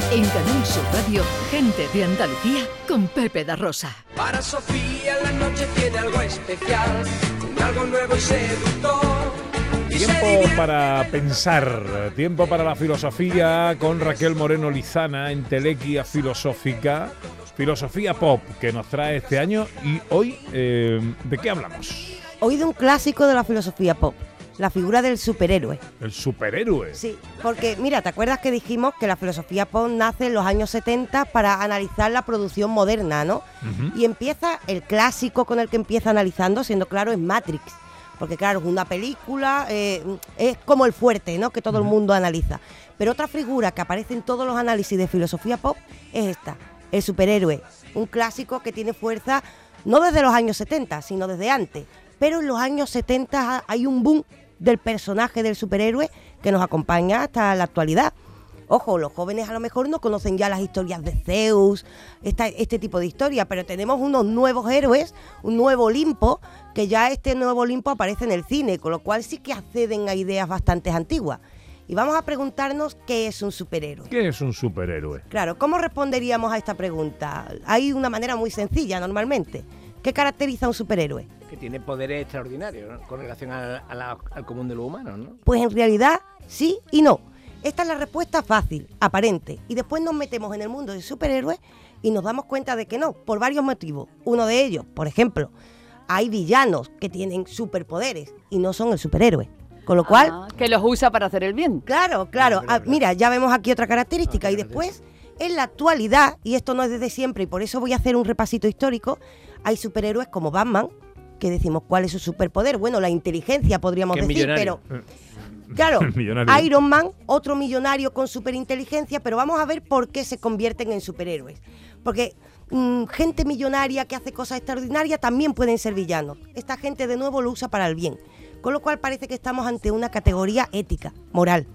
En Canal Sur Radio, Gente de Andalucía con Pepe da Rosa. Para Sofía la noche tiene algo especial, algo nuevo y seductor. Tiempo para pensar, tiempo para la filosofía con Raquel Moreno Lizana, entelequia filosófica, filosofía pop que nos trae este año. Y hoy, ¿de qué hablamos? Hoy de un clásico de la filosofía pop, la figura del superhéroe. ¿El superhéroe? Sí, porque mira, ¿te acuerdas que dijimos que la filosofía pop nace en los años 70 para analizar la producción moderna, ¿no? Y empieza, el clásico con el que empieza analizando, siendo claro, es Matrix. Porque claro, es una película, es como el fuerte, ¿no?, que todo el mundo analiza. Pero otra figura que aparece en todos los análisis de filosofía pop es esta, el superhéroe. Un clásico que tiene fuerza no desde los años 70, sino desde antes. Pero en los años 70 hay un boom del personaje del superhéroe que nos acompaña hasta la actualidad. Ojo, los jóvenes a lo mejor no conocen ya las historias de Zeus, este tipo de historias, pero tenemos unos nuevos héroes, un nuevo Olimpo, que ya este nuevo Olimpo aparece en el cine, con lo cual sí que acceden a ideas bastante antiguas. Y vamos a preguntarnos qué es un superhéroe. ¿Qué es un superhéroe? Claro, ¿cómo responderíamos a esta pregunta? Hay una manera muy sencilla normalmente. ¿Qué caracteriza a un superhéroe? Que tiene poderes extraordinarios, ¿no?, con relación al común de los humanos, ¿no? Pues en realidad sí y no. Esta es la respuesta fácil, aparente, y después nos metemos en el mundo de superhéroes y nos damos cuenta de que no, por varios motivos. Uno de ellos, por ejemplo, hay villanos que tienen superpoderes y no son el superhéroe. Con lo cual... que los usa para hacer el bien. Claro. Mira, ya vemos aquí otra característica. Y después, en la actualidad, y esto no es desde siempre, y por eso voy a hacer un repasito histórico, hay superhéroes como Batman, que decimos, ¿cuál es su superpoder? Bueno, la inteligencia, podríamos decir, millonario. pero... Claro, Iron Man, otro millonario con superinteligencia, pero vamos a ver por qué se convierten en superhéroes. Porque gente millonaria que hace cosas extraordinarias también pueden ser villanos. Esta gente de nuevo lo usa para el bien. Con lo cual parece que estamos ante una categoría ética, moral.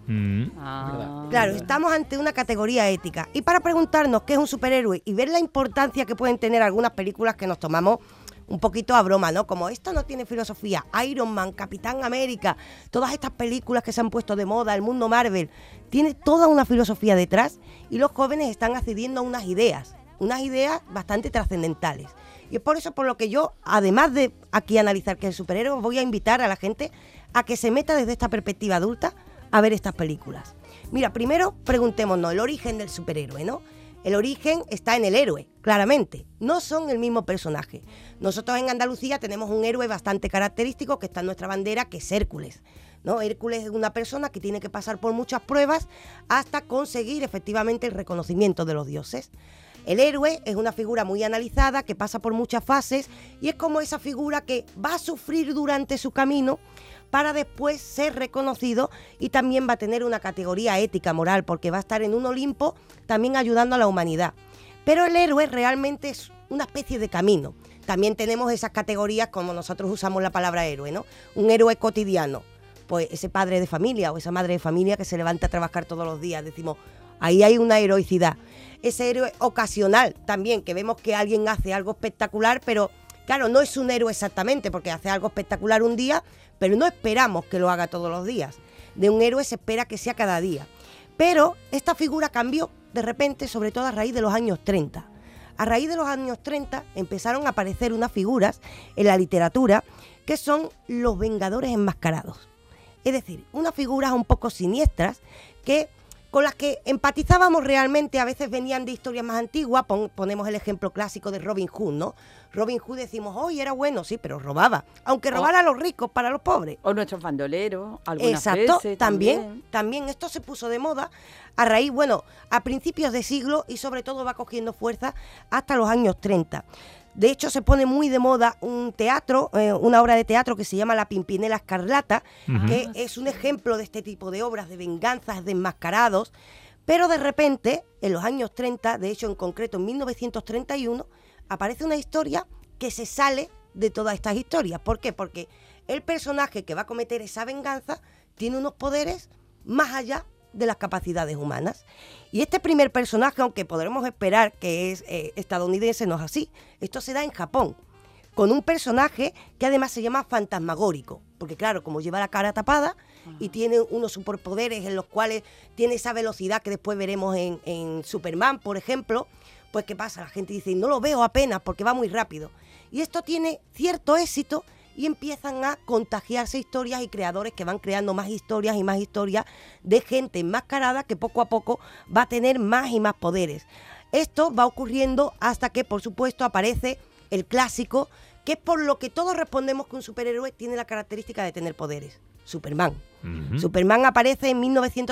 Claro, estamos ante una categoría ética. Y para preguntarnos qué es un superhéroe y ver la importancia que pueden tener algunas películas que nos tomamos un poquito a broma, ¿no? Como esto no tiene filosofía, Iron Man, Capitán América, todas estas películas que se han puesto de moda, el mundo Marvel, tiene toda una filosofía detrás y los jóvenes están accediendo a unas ideas bastante trascendentales. Y es por eso por lo que yo, además de aquí analizar qué es el superhéroe, voy a invitar a la gente a que se meta desde esta perspectiva adulta a ver estas películas. Mira, primero preguntémonos el origen del superhéroe, ¿no? El origen está en el héroe, claramente. No son el mismo personaje. Nosotros en Andalucía tenemos un héroe bastante característico que está en nuestra bandera, que es Hércules, ¿no? Hércules es una persona que tiene que pasar por muchas pruebas hasta conseguir efectivamente el reconocimiento de los dioses. El héroe es una figura muy analizada, que pasa por muchas fases y es como esa figura que va a sufrir durante su camino para después ser reconocido y también va a tener una categoría ética, moral, porque va a estar en un Olimpo también ayudando a la humanidad. Pero el héroe realmente es una especie de camino. También tenemos esas categorías como nosotros usamos la palabra héroe, ¿no? Un héroe cotidiano, pues ese padre de familia o esa madre de familia que se levanta a trabajar todos los días, decimos, ahí hay una heroicidad. Ese héroe ocasional también, que vemos que alguien hace algo espectacular, pero claro, no es un héroe exactamente, porque hace algo espectacular un día, pero no esperamos que lo haga todos los días. De un héroe se espera que sea cada día. Pero esta figura cambió de repente, sobre todo a raíz de los años 30. A raíz de los años 30 empezaron a aparecer unas figuras en la literatura que son los Vengadores enmascarados. Es decir, unas figuras un poco siniestras con las que empatizábamos realmente. A veces venían de historias más antiguas. Ponemos el ejemplo clásico de Robin Hood, ¿no? Robin Hood decimos, hoy era bueno, sí, pero robaba. Aunque robara a los ricos para los pobres. O nuestros bandoleros, algunas Exacto, veces. También esto se puso de moda a raíz, a principios de siglo y sobre todo va cogiendo fuerza hasta los años 30. De hecho, se pone muy de moda un teatro, una obra de teatro que se llama La Pimpinela Escarlata, que es un ejemplo de este tipo de obras de venganzas, de enmascarados. Pero de repente, en los años 30, de hecho en concreto en 1931, aparece una historia que se sale de todas estas historias. ¿Por qué? Porque el personaje que va a cometer esa venganza tiene unos poderes más allá de las capacidades humanas. Y este primer personaje, aunque podremos esperar que es estadounidense, no es así. Esto se da en Japón, con un personaje que además se llama fantasmagórico, porque claro, como lleva la cara tapada, y tiene unos superpoderes en los cuales tiene esa velocidad que después veremos en Superman, por ejemplo, pues ¿qué pasa? La gente dice, no lo veo apenas porque va muy rápido. Y esto tiene cierto éxito y empiezan a contagiarse historias y creadores que van creando más historias y más historias de gente enmascarada que poco a poco va a tener más y más poderes. Esto va ocurriendo hasta que, por supuesto, aparece el clásico, que es por lo que todos respondemos que un superhéroe tiene la característica de tener poderes. Superman. Superman aparece en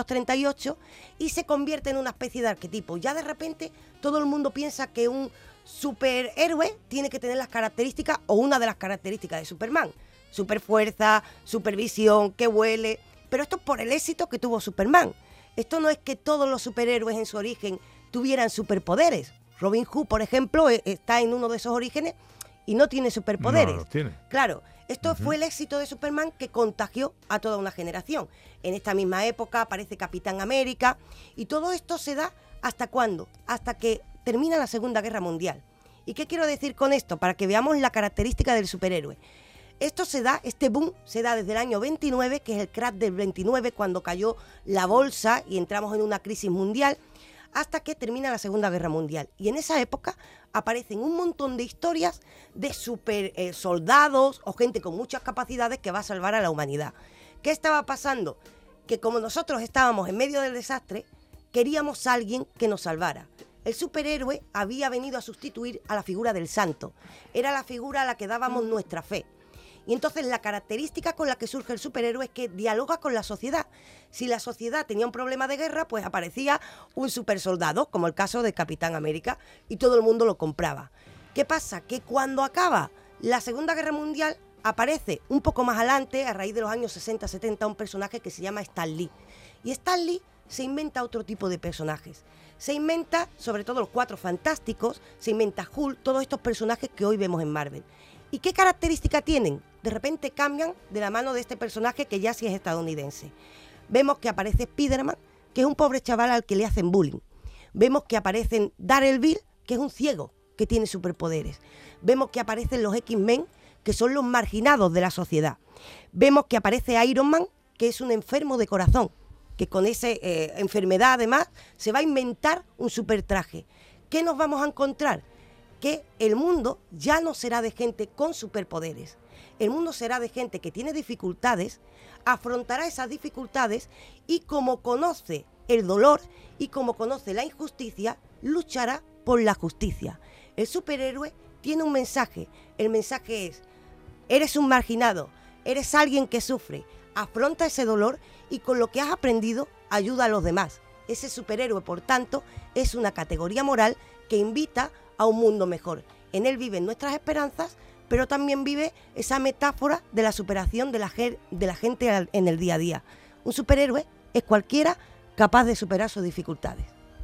1938 y se convierte en una especie de arquetipo. Ya de repente todo el mundo piensa que un superhéroe tiene que tener las características o una de las características de Superman. Superfuerza, supervisión, que huele. Pero esto es por el éxito que tuvo Superman. Esto no es que todos los superhéroes en su origen tuvieran superpoderes. Robin Hood, por ejemplo, está en uno de esos orígenes y no tiene superpoderes. No los tiene. Claro, esto fue el éxito de Superman que contagió a toda una generación. En esta misma época aparece Capitán América y todo esto se da ¿hasta cuándo? Hasta que termina la Segunda Guerra Mundial. ¿Y qué quiero decir con esto? Para que veamos la característica del superhéroe. Esto se da, este boom se da desde el año 29, que es el crack del 29, cuando cayó la bolsa y entramos en una crisis mundial, hasta que termina la Segunda Guerra Mundial. Y en esa época aparecen un montón de historias de super soldados o gente con muchas capacidades que va a salvar a la humanidad. ¿Qué estaba pasando? Que como nosotros estábamos en medio del desastre, queríamos a alguien que nos salvara. El superhéroe había venido a sustituir a la figura del santo. Era la figura a la que dábamos nuestra fe. Y entonces la característica con la que surge el superhéroe es que dialoga con la sociedad. Si la sociedad tenía un problema de guerra, pues aparecía un supersoldado, como el caso de Capitán América, y todo el mundo lo compraba. ¿Qué pasa? Que cuando acaba la Segunda Guerra Mundial, aparece un poco más adelante, a raíz de los años 60-70, un personaje que se llama Stan Lee. Y Stan Lee se inventa otro tipo de personajes. Se inventa, sobre todo los Cuatro Fantásticos, se inventa Hulk, todos estos personajes que hoy vemos en Marvel. ¿Y qué característica tienen? De repente cambian de la mano de este personaje que ya sí es estadounidense. Vemos que aparece Spider-Man, que es un pobre chaval al que le hacen bullying. Vemos que aparecen Daredevil, que es un ciego que tiene superpoderes. Vemos que aparecen los X-Men, que son los marginados de la sociedad. Vemos que aparece Iron Man, que es un enfermo de corazón, que con esa enfermedad además se va a inventar un supertraje. ¿Qué nos vamos a encontrar? Que el mundo ya no será de gente con superpoderes. El mundo será de gente que tiene dificultades, afrontará esas dificultades y como conoce el dolor y como conoce la injusticia, luchará por la justicia. El superhéroe tiene un mensaje. El mensaje es: eres un marginado, eres alguien que sufre, afronta ese dolor y con lo que has aprendido ayuda a los demás. Ese superhéroe, por tanto, es una categoría moral que invita a un mundo mejor. En él viven nuestras esperanzas, pero también vive esa metáfora de la superación de la gente en el día a día. Un superhéroe es cualquiera capaz de superar sus dificultades.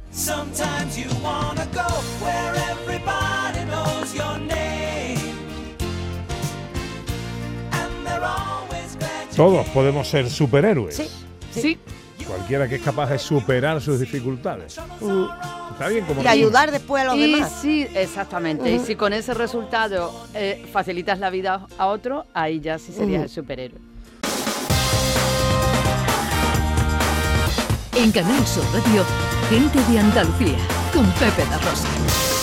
Todos podemos ser superhéroes. Sí. Cualquiera que es capaz de superar sus dificultades. Está bien, como y ayudar después a los demás. Sí, exactamente. Y si con ese resultado facilitas la vida a otro, ahí ya sí serías el superhéroe. En Canal Sur Radio, Gente de Andalucía, con Pepe da Rosa.